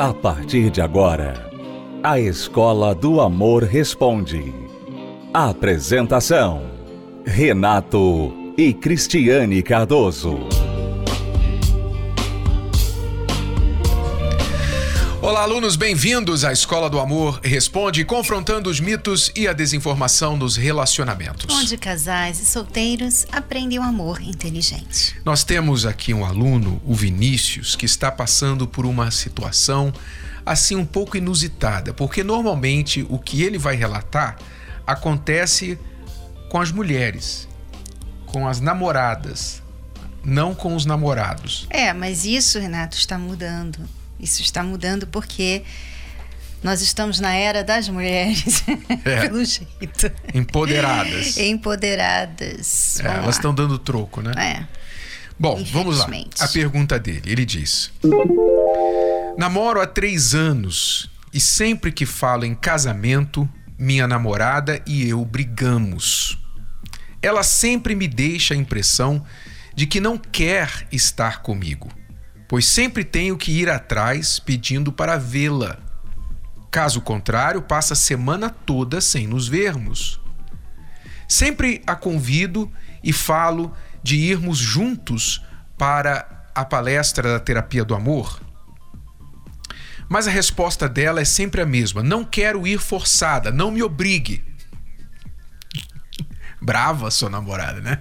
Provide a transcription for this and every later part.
A partir de agora, a Escola do Amor Responde. Apresentação: Renato e Cristiane Cardoso. Olá, alunos, bem-vindos à Escola do Amor Responde, confrontando os mitos e a desinformação nos relacionamentos. Onde casais e solteiros aprendem o amor inteligente. Nós temos aqui um aluno, o Vinícius, que está passando por uma situação assim um pouco inusitada, porque normalmente o que ele vai relatar acontece com as mulheres, com as namoradas, não com os namorados. Mas isso, Renato, está mudando. Isso está mudando porque nós estamos na era das mulheres, pelo jeito. Empoderadas. Empoderadas. Elas estão dando troco, né? Bom, vamos lá. A pergunta dele, ele diz: namoro há 3 anos e sempre que falo em casamento, minha namorada e eu brigamos. Ela sempre me deixa a impressão de que não quer estar comigo, pois sempre tenho que ir atrás pedindo para vê-la. Caso contrário, passa a semana toda sem nos vermos. Sempre a convido e falo de irmos juntos para a palestra da terapia do amor. Mas a resposta dela é sempre a mesma: não quero ir forçada, não me obrigue. Brava sua namorada, né?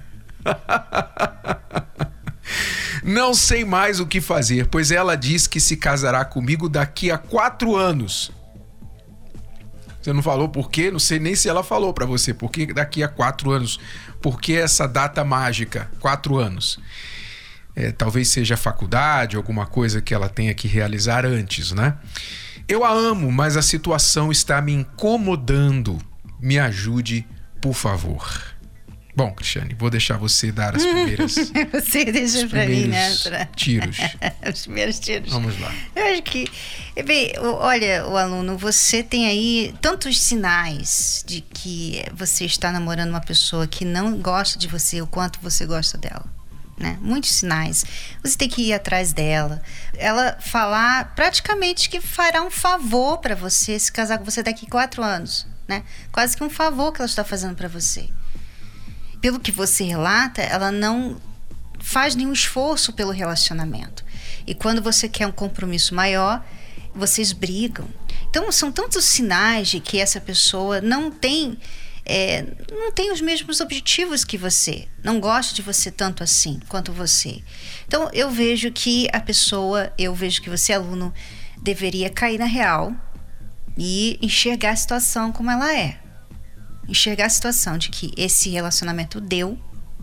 Não sei mais o que fazer, pois ela diz que se casará comigo daqui a 4 anos. Você não falou por quê? Não sei nem se ela falou pra você. Por que daqui a 4 anos? Por que essa data mágica? 4 anos. Talvez seja faculdade, alguma coisa que ela tenha que realizar antes, né? Eu a amo, mas a situação está me incomodando. Me ajude, por favor. Bom, Cristiane, vou deixar você dar as primeiras... Você deixa pra mim, né? Tiros. Os primeiros tiros. Vamos lá. Eu acho que... Bem, olha, o aluno, você tem aí tantos sinais de que você está namorando uma pessoa que não gosta de você o quanto você gosta dela, né? Muitos sinais. Você tem que ir atrás dela. Ela falar praticamente que fará um favor pra você se casar com você daqui a 4 anos, né? Quase que um favor que ela está fazendo pra você. Pelo que você relata, ela não faz nenhum esforço pelo relacionamento. E quando você quer um compromisso maior, vocês brigam. Então, são tantos sinais de que essa pessoa não tem os mesmos objetivos que você. Não gosta de você tanto assim quanto você. Então, eu vejo que você, aluno, deveria cair na real e enxergar a situação como ela é. Enxergar a situação de que esse relacionamento deu.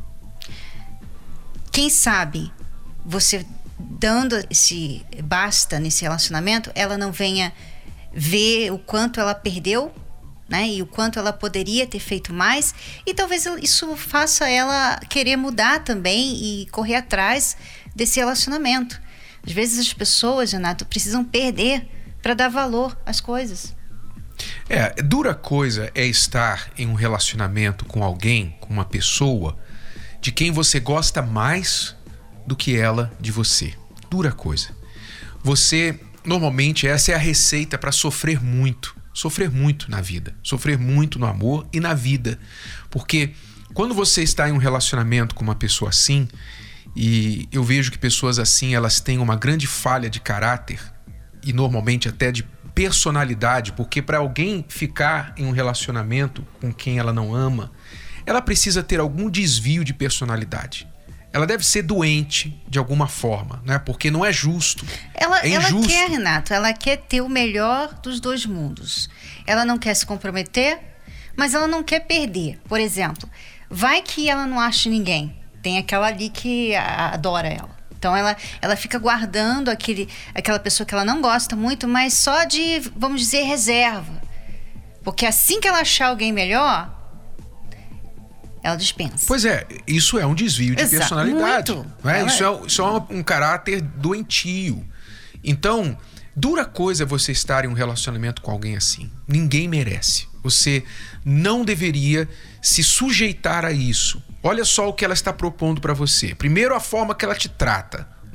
Quem sabe você dando esse basta nesse relacionamento, ela não venha ver o quanto ela perdeu, né? E o quanto ela poderia ter feito mais. E talvez isso faça ela querer mudar também e correr atrás desse relacionamento. Às vezes as pessoas, Renato, precisam perder para dar valor às coisas. Dura coisa é estar em um relacionamento com alguém, com uma pessoa, de quem você gosta mais do que ela de você. Dura coisa. Você, normalmente, essa é a receita para sofrer muito na vida, sofrer muito no amor e na vida. Porque quando você está em um relacionamento com uma pessoa assim, e eu vejo que pessoas assim, elas têm uma grande falha de caráter e normalmente até de personalidade, porque para alguém ficar em um relacionamento com quem ela não ama, ela precisa ter algum desvio de personalidade. Ela deve ser doente de alguma forma, né? Porque não é justo. Ela injusto. Quer, Renato, ela quer ter o melhor dos 2 mundos. Ela não quer se comprometer, mas ela não quer perder. Por exemplo, vai que ela não acha ninguém. Tem aquela ali que adora ela. Então ela fica guardando aquela pessoa que ela não gosta muito, mas só de, vamos dizer, reserva. Porque assim que ela achar alguém melhor, ela dispensa. Pois isso é um desvio de personalidade. Muito. Isso é um caráter doentio. Então, dura coisa é você estar em um relacionamento com alguém assim. Ninguém merece. Você não deveria se sujeitar a isso. Olha só o que ela está propondo para você. Primeiro, a forma que ela te trata,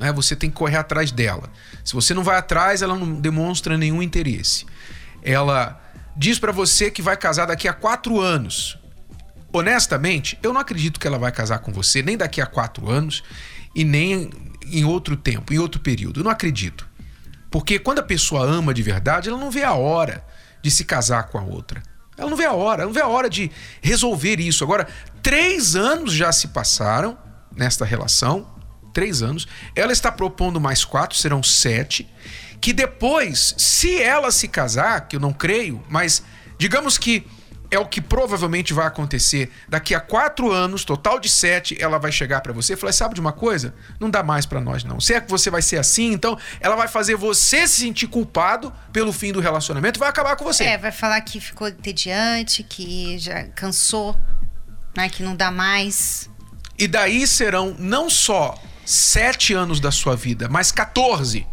né? Você tem que correr atrás dela. Se você não vai atrás, ela não demonstra nenhum interesse. Ela diz pra você que vai casar daqui a 4 anos. Honestamente, eu não acredito que ela vai casar com você nem daqui a 4 anos e nem em outro tempo, em outro período. Eu não acredito. Porque quando a pessoa ama de verdade, ela não vê a hora de se casar com a outra. Ela não vê a hora de resolver isso. Agora, 3 anos já se passaram nesta relação, 3 anos. Ela está propondo mais 4, serão 7. Que depois, se ela se casar, que eu não creio, mas digamos que é o que provavelmente vai acontecer, daqui a 4 anos, total de 7, ela vai chegar pra você e falar, sabe de uma coisa? Não dá mais pra nós não. Se é que você vai ser assim, então ela vai fazer você se sentir culpado pelo fim do relacionamento e vai acabar com você. Vai falar que ficou entediante, que já cansou, né, que não dá mais. E daí serão não só 7 anos da sua vida, mas 14.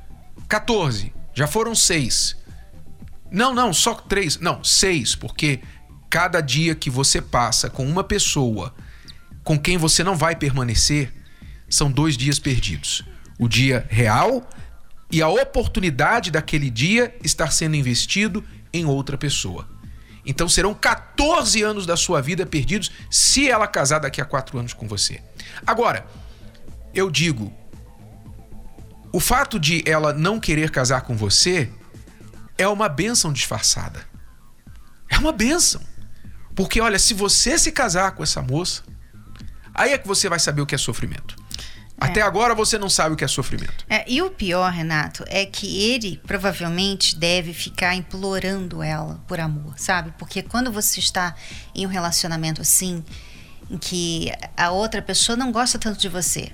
14. Já foram 6. Não, só 3. Não, 6, porque cada dia que você passa com uma pessoa com quem você não vai permanecer, são 2 dias perdidos. O dia real e a oportunidade daquele dia estar sendo investido em outra pessoa. Então serão 14 anos da sua vida perdidos se ela casar daqui a 4 anos com você. Agora, eu digo, o fato de ela não querer casar com você é uma bênção disfarçada. É uma bênção. Porque, olha, se você se casar com essa moça, aí é que você vai saber o que é sofrimento. Até agora você não sabe o que é sofrimento. E o pior, Renato, é que ele provavelmente deve ficar implorando ela por amor, sabe? Porque quando você está em um relacionamento assim, em que a outra pessoa não gosta tanto de você,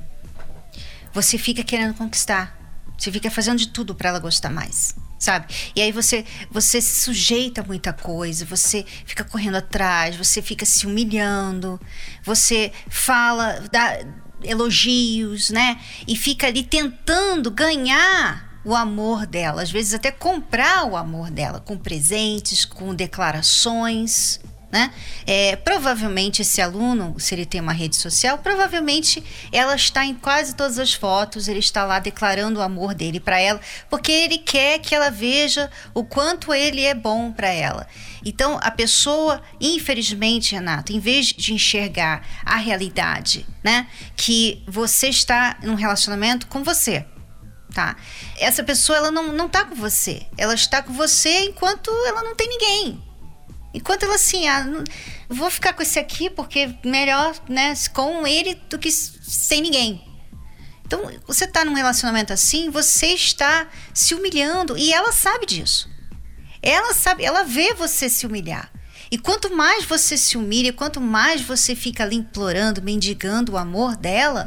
você fica querendo conquistar. Você fica fazendo de tudo para ela gostar mais, sabe? E aí você se sujeita a muita coisa, você fica correndo atrás, você fica se humilhando, você fala, dá elogios, né? E fica ali tentando ganhar o amor dela, às vezes até comprar o amor dela com presentes, com declarações, né? Provavelmente esse aluno, se ele tem uma rede social, provavelmente ela está em quase todas as fotos, ele está lá declarando o amor dele para ela, porque ele quer que ela veja o quanto ele é bom para ela. Então a pessoa, infelizmente, Renato, em vez de enxergar a realidade, né, que você está num relacionamento com você, tá? Essa pessoa, ela não está com você, ela está com você enquanto ela não tem ninguém. Enquanto ela assim, vou ficar com esse aqui porque melhor, né, com ele do que sem ninguém. Então, você tá num relacionamento assim, você está se humilhando e ela sabe disso. Ela sabe, ela vê você se humilhar. E quanto mais você se humilha, quanto mais você fica ali implorando, mendigando o amor dela,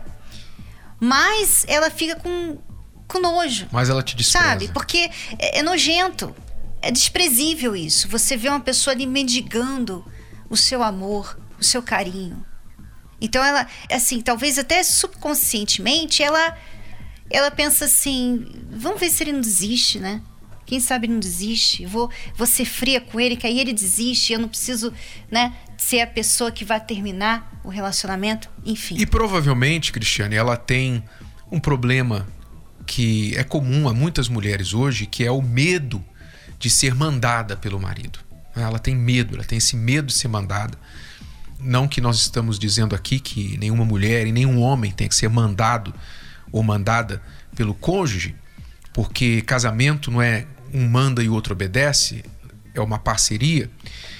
mais ela fica com nojo. Mais ela te despreza. Sabe? Porque é nojento. É desprezível isso. Você vê uma pessoa ali mendigando o seu amor, o seu carinho. Então ela, assim, talvez até subconscientemente, ela pensa assim, vamos ver se ele não desiste, né? Quem sabe ele não desiste. Vou ser fria com ele, que aí ele desiste. Eu não preciso, né, ser a pessoa que vai terminar o relacionamento. Enfim. E provavelmente, Cristiane, ela tem um problema que é comum a muitas mulheres hoje, que é o medo de ser mandada pelo marido. Ela tem medo, ela tem esse medo de ser mandada. Não que nós estamos dizendo aqui que nenhuma mulher e nenhum homem tem que ser mandado ou mandada pelo cônjuge, porque casamento não é um manda e o outro obedece, é uma parceria.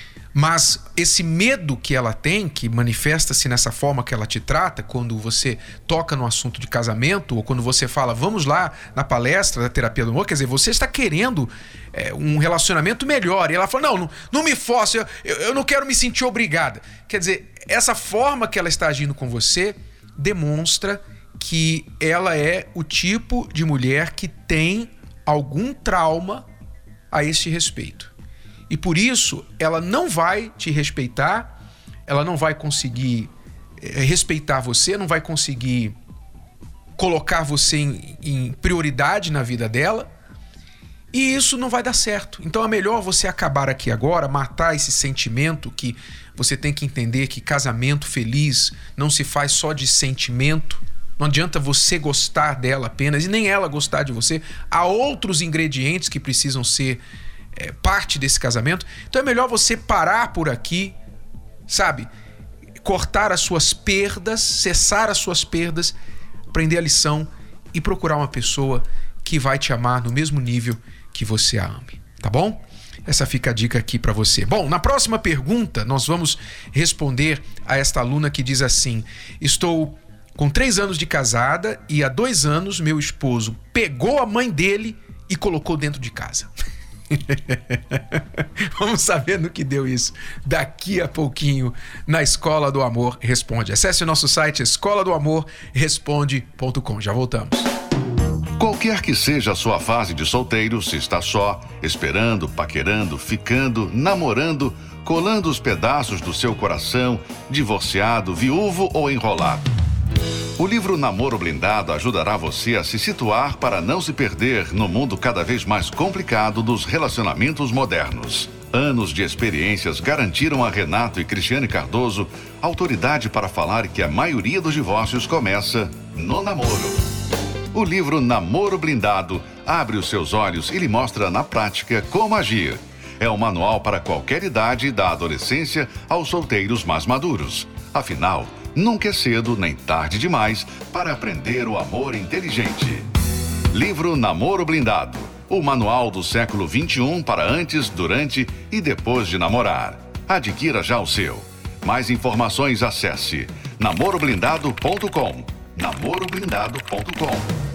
Mas esse medo que ela tem, que manifesta-se nessa forma que ela te trata, quando você toca no assunto de casamento, ou quando você fala, vamos lá na palestra da terapia do amor, quer dizer, você está querendo um relacionamento melhor. E ela fala, não me force, eu não quero me sentir obrigada. Quer dizer, essa forma que ela está agindo com você demonstra que ela é o tipo de mulher que tem algum trauma a este respeito. E por isso, ela não vai te respeitar, ela não vai conseguir respeitar você, não vai conseguir colocar você em prioridade na vida dela, e isso não vai dar certo. Então é melhor você acabar aqui agora, matar esse sentimento, que você tem que entender que casamento feliz não se faz só de sentimento, Não adianta você gostar dela apenas e nem ela gostar de você. Há outros ingredientes que precisam ser parte desse casamento. Então é melhor você parar por aqui, sabe? Cortar as suas perdas, cessar as suas perdas, aprender a lição e procurar uma pessoa que vai te amar no mesmo nível que você a ame, tá bom? Essa fica a dica aqui para você. Bom, na próxima pergunta nós vamos responder a esta aluna que diz assim: estou com 3 anos de casada e há 2 anos meu esposo pegou a mãe dele e colocou dentro de casa. Vamos saber no que deu isso daqui a pouquinho na Escola do Amor Responde. Acesse o nosso site escoladoamorresponde.com. Já voltamos. Qualquer que seja a sua fase de solteiro, se está só, esperando, paquerando, ficando, namorando, colando os pedaços do seu coração, divorciado, viúvo ou enrolado. O livro Namoro Blindado ajudará você a se situar para não se perder no mundo cada vez mais complicado dos relacionamentos modernos. Anos de experiências garantiram a Renato e Cristiane Cardoso autoridade para falar que a maioria dos divórcios começa no namoro. O livro Namoro Blindado abre os seus olhos e lhe mostra na prática como agir. É um manual para qualquer idade, da adolescência aos solteiros mais maduros. Afinal, nunca é cedo nem tarde demais para aprender o amor inteligente. Livro Namoro Blindado. O manual do século XXI para antes, durante e depois de namorar. Adquira já o seu. Mais informações acesse namoroblindado.com. namoroblindado.com.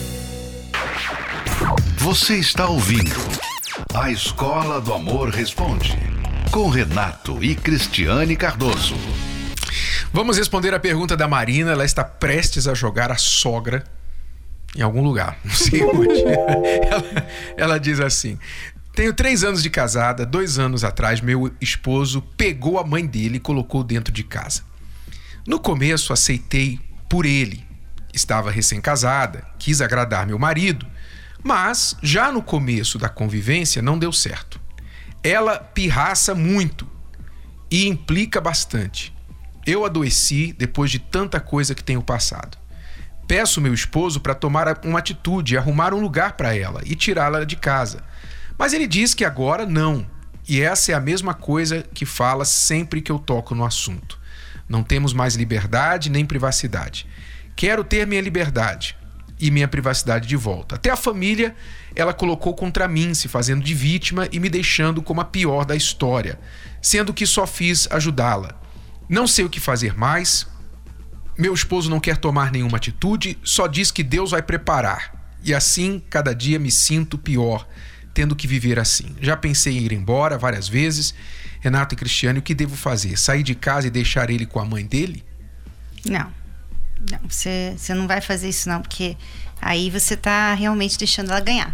Você está ouvindo A Escola do Amor Responde, com Renato e Cristiane Cardoso. Vamos responder a pergunta da Marina. Ela está prestes a jogar a sogra em algum lugar, não sei onde. Ela diz assim: tenho 3 anos de casada. 2 anos atrás meu esposo pegou a mãe dele e colocou dentro de casa. No começo aceitei por ele. Estava recém-casada, quis agradar meu marido, mas já no começo da convivência não deu certo. Ela pirraça muito e implica bastante. Eu adoeci depois de tanta coisa que tenho passado. Peço meu esposo para tomar uma atitude, arrumar um lugar para ela e tirá-la de casa. Mas ele diz que agora não. E essa é a mesma coisa que fala sempre que eu toco no assunto. Não temos mais liberdade nem privacidade. Quero ter minha liberdade e minha privacidade de volta. Até a família ela colocou contra mim, se fazendo de vítima e me deixando como a pior da história, sendo que só fiz ajudá-la. Não sei o que fazer mais. Meu esposo não quer tomar nenhuma atitude, só diz que Deus vai preparar. E assim, cada dia me sinto pior, tendo que viver assim. Já pensei em ir embora várias vezes. Renato e Cristiane, o que devo fazer? Sair de casa e deixar ele com a mãe dele? Não, você não vai fazer isso não, porque aí você está realmente deixando ela ganhar.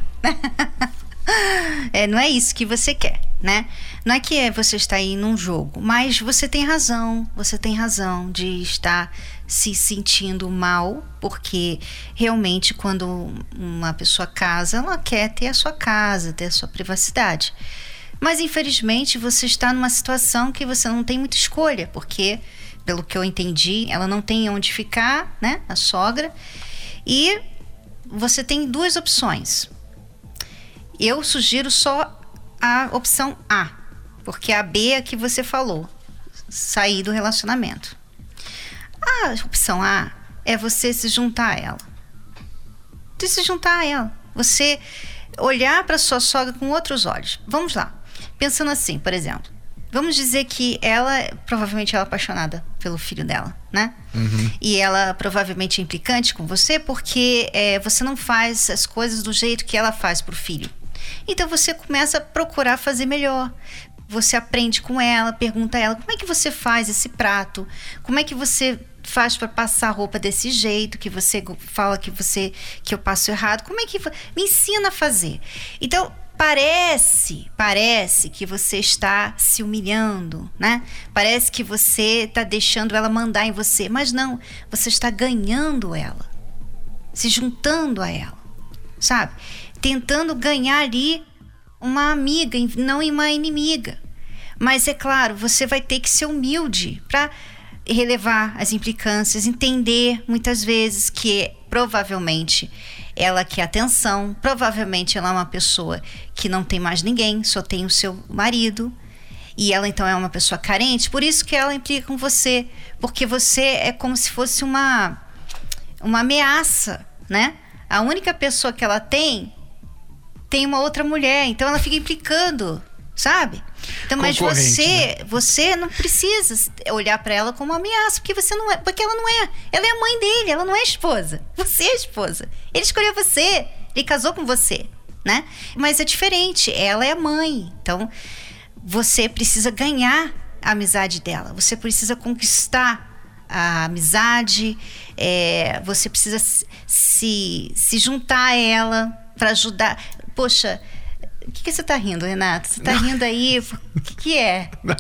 Não é isso que você quer, né? Não é que você está aí num jogo, mas você tem razão de estar se sentindo mal, porque realmente quando uma pessoa casa, ela quer ter a sua casa, ter a sua privacidade. Mas infelizmente você está numa situação que você não tem muita escolha, porque, pelo que eu entendi, ela não tem onde ficar, né? A sogra. E você tem 2 opções. Eu sugiro só a opção A, porque a B é a que você falou, sair do relacionamento. A opção A é você se juntar a ela. Você olhar para sua sogra com outros olhos. Vamos lá. Pensando assim, por exemplo, vamos dizer que provavelmente ela é apaixonada pelo filho dela, né? Uhum. E ela provavelmente é implicante com você porque você não faz as coisas do jeito que ela faz pro filho. Então você começa a procurar fazer melhor. Você aprende com ela, pergunta a ela: como é que você faz esse prato? Como é que você faz para passar a roupa desse jeito que você fala que eu passo errado? Como é que me ensina a fazer? Então parece que você está se humilhando, né? Parece que você está deixando ela mandar em você, mas não, você está ganhando ela, se juntando a ela, sabe? Tentando ganhar ali uma amiga, não uma inimiga. Mas é claro, você vai ter que ser humilde para relevar as implicâncias, entender muitas vezes que provavelmente ela quer atenção, provavelmente ela é uma pessoa que não tem mais ninguém, só tem o seu marido, e ela então é uma pessoa carente, por isso que ela implica com você, porque você é como se fosse uma ameaça, né? A única pessoa que ela tem uma outra mulher, então ela fica implicando, sabe? Então, mas você não precisa olhar para ela como uma ameaça, porque você não é, porque ela não é. Ela é a mãe dele, ela não é a esposa. Você é a esposa. Ele escolheu você, ele casou com você, né? Mas é diferente, ela é a mãe. Então, você precisa ganhar a amizade dela. Você precisa conquistar a amizade. Você precisa se juntar a ela para ajudar. Poxa, o que você tá rindo, Renato? Você tá rindo aí? O que é? Não,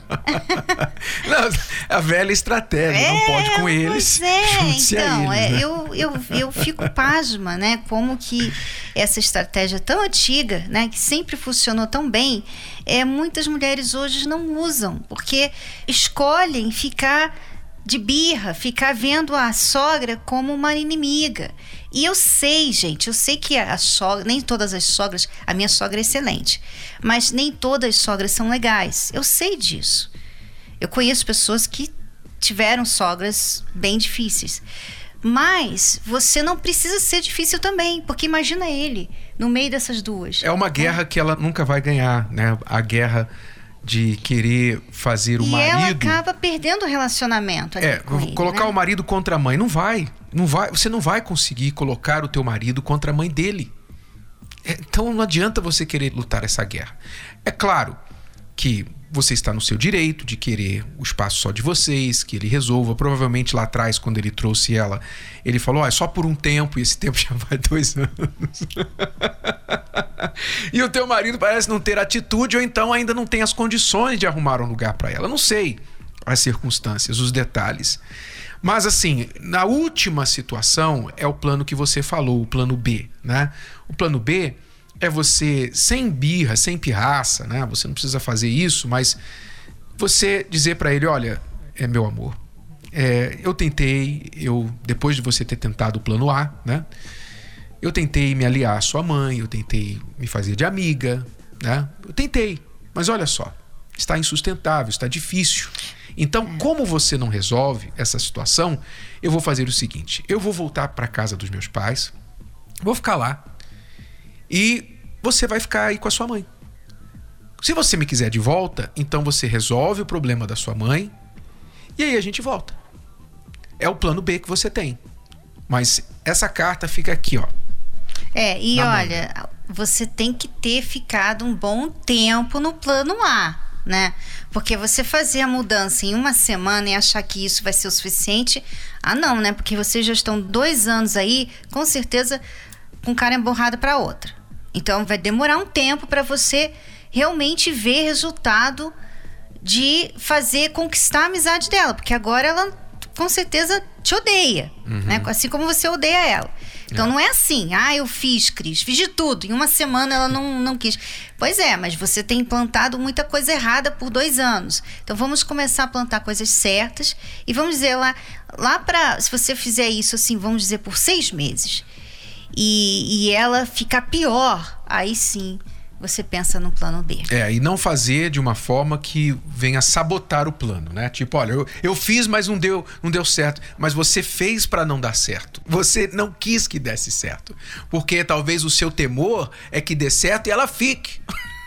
a velha estratégia, não pode com eles. Então, eles, né? eu fico pasma, né? Como que essa estratégia tão antiga, né? Que sempre funcionou tão bem, muitas mulheres hoje não usam, porque escolhem ficar de birra, ficar vendo a sogra como uma inimiga. E eu sei, gente, que a sogra, nem todas as sogras, a minha sogra é excelente, mas nem todas as sogras são legais. Eu sei disso. Eu conheço pessoas que tiveram sogras bem difíceis. Mas você não precisa ser difícil também, porque imagina ele no meio dessas duas. É uma guerra que ela nunca vai ganhar, né? A guerra de querer fazer o marido... E ela acaba perdendo o relacionamento ali com ele, colocar, né? O marido contra a mãe. Não vai. Você não vai conseguir colocar o teu marido contra a mãe dele. Então não adianta você querer lutar essa guerra. É claro que você está no seu direito de querer o espaço só de vocês, que ele resolva. Provavelmente lá atrás, quando ele trouxe ela, ele falou, é só por um tempo, e esse tempo já vai 2 anos. E o teu marido parece não ter atitude, ou então ainda não tem as condições de arrumar um lugar para ela. Não sei as circunstâncias, os detalhes. Mas assim, na última situação é o plano que você falou, o plano B, né? O plano B é você, sem birra, sem pirraça, né? Você não precisa fazer isso, mas você dizer para ele, olha, meu amor, eu tentei, depois de você ter tentado o plano A, né? Eu tentei me aliar à sua mãe, eu tentei me fazer de amiga, né? Eu tentei, mas olha só, está insustentável, está difícil. Então, como você não resolve essa situação, eu vou fazer o seguinte, eu vou voltar para casa dos meus pais, vou ficar lá e você vai ficar aí com a sua mãe. Se você me quiser de volta, então você resolve o problema da sua mãe e aí a gente volta. É o plano B que você tem. Mas essa carta fica aqui, ó. E olha, você tem que ter ficado um bom tempo no plano A, né? Porque você fazer a mudança em 1 semana e achar que isso vai ser o suficiente, não, né? Porque vocês já estão 2 anos aí, com certeza, com cara emborrada para outra. Então vai demorar um tempo para você realmente ver resultado de conquistar a amizade dela, porque agora ela com certeza te odeia, né? Assim como você odeia ela. Então não é assim, eu fiz, Cris, fiz de tudo, em 1 semana ela não quis. Pois é, mas você tem implantado muita coisa errada por 2 anos. Então vamos começar a plantar coisas certas e vamos dizer lá para, se você fizer isso assim, vamos dizer por 6 meses e ela ficar pior, aí sim você pensa no plano B. E não fazer de uma forma que venha sabotar o plano, né? Tipo, olha, eu fiz, mas não deu certo. Mas você fez para não dar certo. Você não quis que desse certo. Porque talvez o seu temor é que dê certo e ela fique.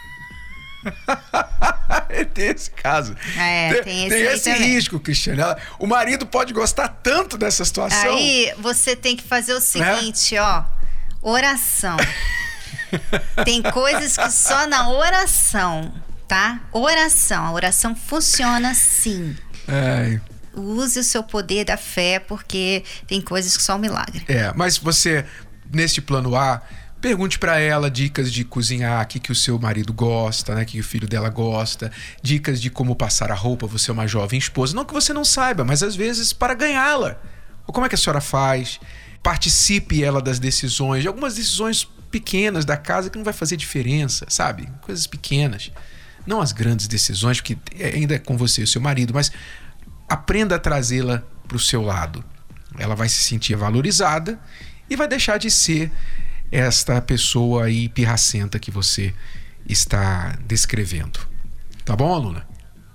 Tem esse caso. Tem esse risco, Cristiane. O marido pode gostar tanto dessa situação. Aí você tem que fazer o seguinte, oração. Tem coisas que só na oração, tá? A oração funciona sim. Use o seu poder da fé, porque tem coisas que só um milagre. Mas você, neste plano A, pergunte para ela dicas de cozinhar, o que o seu marido gosta, né? Que o filho dela gosta, dicas de como passar a roupa, você é uma jovem esposa. Não que você não saiba, mas às vezes para ganhá-la. Ou como é que a senhora faz? Participe ela das decisões, de algumas decisões pequenas da casa que não vai fazer diferença, sabe? Coisas pequenas. Não as grandes decisões, porque ainda é com você e o seu marido, mas aprenda a trazê-la para o seu lado. Ela vai se sentir valorizada e vai deixar de ser esta pessoa aí pirracenta que você está descrevendo. Tá bom, aluna?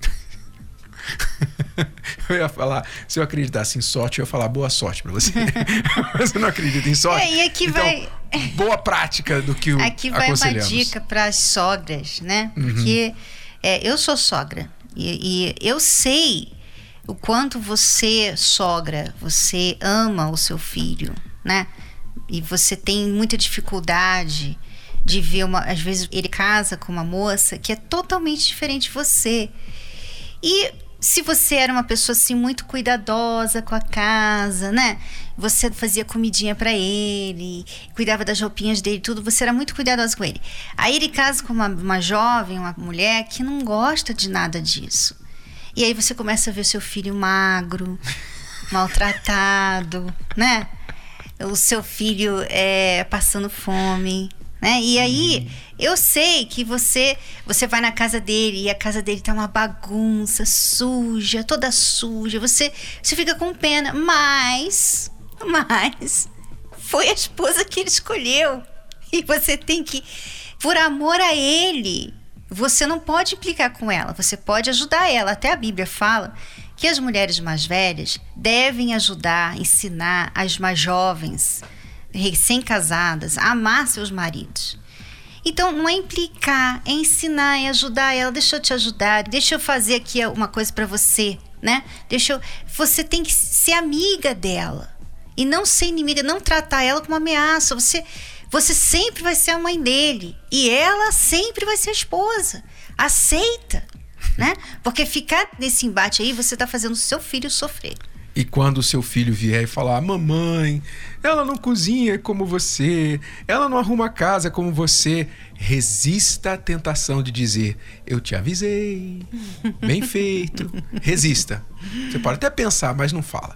Eu ia falar, se eu acreditasse em sorte, eu ia falar boa sorte pra você. Mas você não acredita em sorte? E aqui então, vai... boa prática do que aqui vai uma dica para as sogras, né? Porque eu sou sogra e eu sei o quanto você, sogra, você ama o seu filho, né? E você tem muita dificuldade de ver às vezes ele casa com uma moça que é totalmente diferente de você. E se você era uma pessoa assim muito cuidadosa com a casa, né? Você fazia comidinha para ele, cuidava das roupinhas dele, tudo, você era muito cuidadosa com ele. Aí ele casa com uma jovem, uma mulher que não gosta de nada disso. E aí você começa a ver seu filho magro, maltratado, né? O seu filho passando fome, né? E aí eu sei que você vai na casa dele e a casa dele tá uma bagunça, suja, toda suja, você fica com pena, mas foi a esposa que ele escolheu e você tem que, por amor a ele, você não pode implicar com ela, você pode ajudar ela. Até a Bíblia fala que as mulheres mais velhas devem ajudar, ensinar as mais jovens, recém-casadas, a amar seus maridos. Então, não é implicar, é ensinar, é ajudar ela. Deixa eu te ajudar, deixa eu fazer aqui uma coisa para você, né? Você tem que ser amiga dela e não ser inimiga, não tratar ela como ameaça. Você sempre vai ser a mãe dele e ela sempre vai ser a esposa. Aceita, né? Porque ficar nesse embate aí, você tá fazendo o seu filho sofrer. E quando o seu filho vier e falar: mamãe, ela não cozinha como você, ela não arruma a casa como você, resista à tentação de dizer: eu te avisei, bem feito. Resista. Você pode até pensar, mas não fala.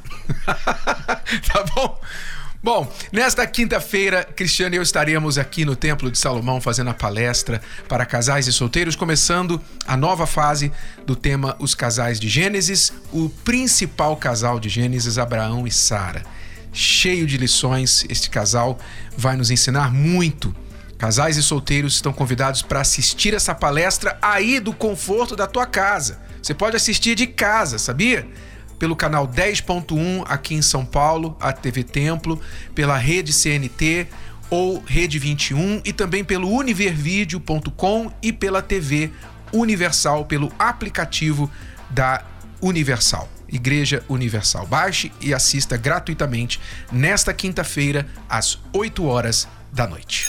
Tá bom? Bom, nesta quinta-feira, Cristiano e eu estaremos aqui no Templo de Salomão fazendo a palestra para casais e solteiros, começando a nova fase do tema Os Casais de Gênesis, o principal casal de Gênesis, Abraão e Sara. Cheio de lições, este casal vai nos ensinar muito. Casais e solteiros estão convidados para assistir essa palestra aí do conforto da tua casa. Você pode assistir de casa, sabia? Pelo canal 10.1 aqui em São Paulo, a TV Templo, pela Rede CNT ou Rede 21 e também pelo univervideo.com e pela TV Universal, pelo aplicativo da Universal, Igreja Universal. Baixe e assista gratuitamente nesta quinta-feira, às 8 horas da noite.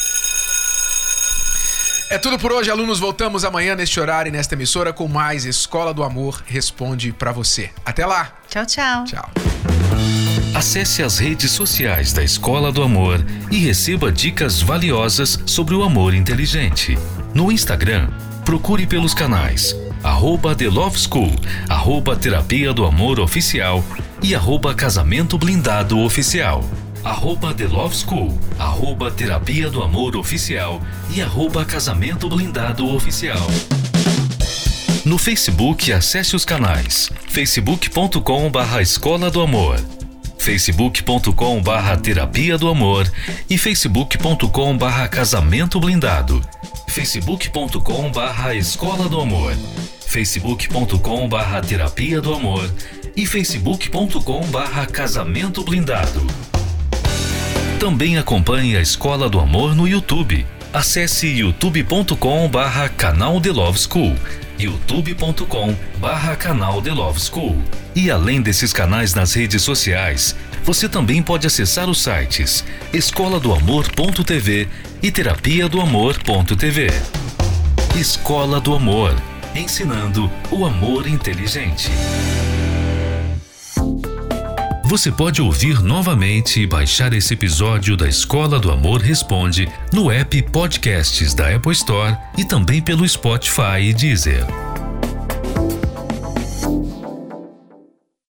É tudo por hoje, alunos. Voltamos amanhã neste horário e nesta emissora com mais Escola do Amor Responde pra você. Até lá. Tchau, tchau. Tchau. Acesse as redes sociais da Escola do Amor e receba dicas valiosas sobre o amor inteligente. No Instagram, procure pelos canais @The Love School, @Terapia do Amor Oficial e @Casamento Blindado Oficial. @The Love School, @Terapia do Amor Oficial e @Casamento Blindado Oficial. No Facebook, acesse os canais facebook.com/Escola do Amor, facebook.com/Terapia do Amor e facebook.com/Casamento Blindado, facebook.com/Escola do Amor, facebook.com/Terapia do Amor e facebook.com/Casamento Blindado. Também acompanhe a Escola do Amor no YouTube. Acesse youtube.com/canal The Love School, youtube.com/canal The Love School. E além desses canais nas redes sociais, você também pode acessar os sites escoladoamor.tv e terapiadoamor.tv. Escola do Amor, ensinando o amor inteligente. Você pode ouvir novamente e baixar esse episódio da Escola do Amor Responde no app Podcasts da Apple Store e também pelo Spotify e Deezer.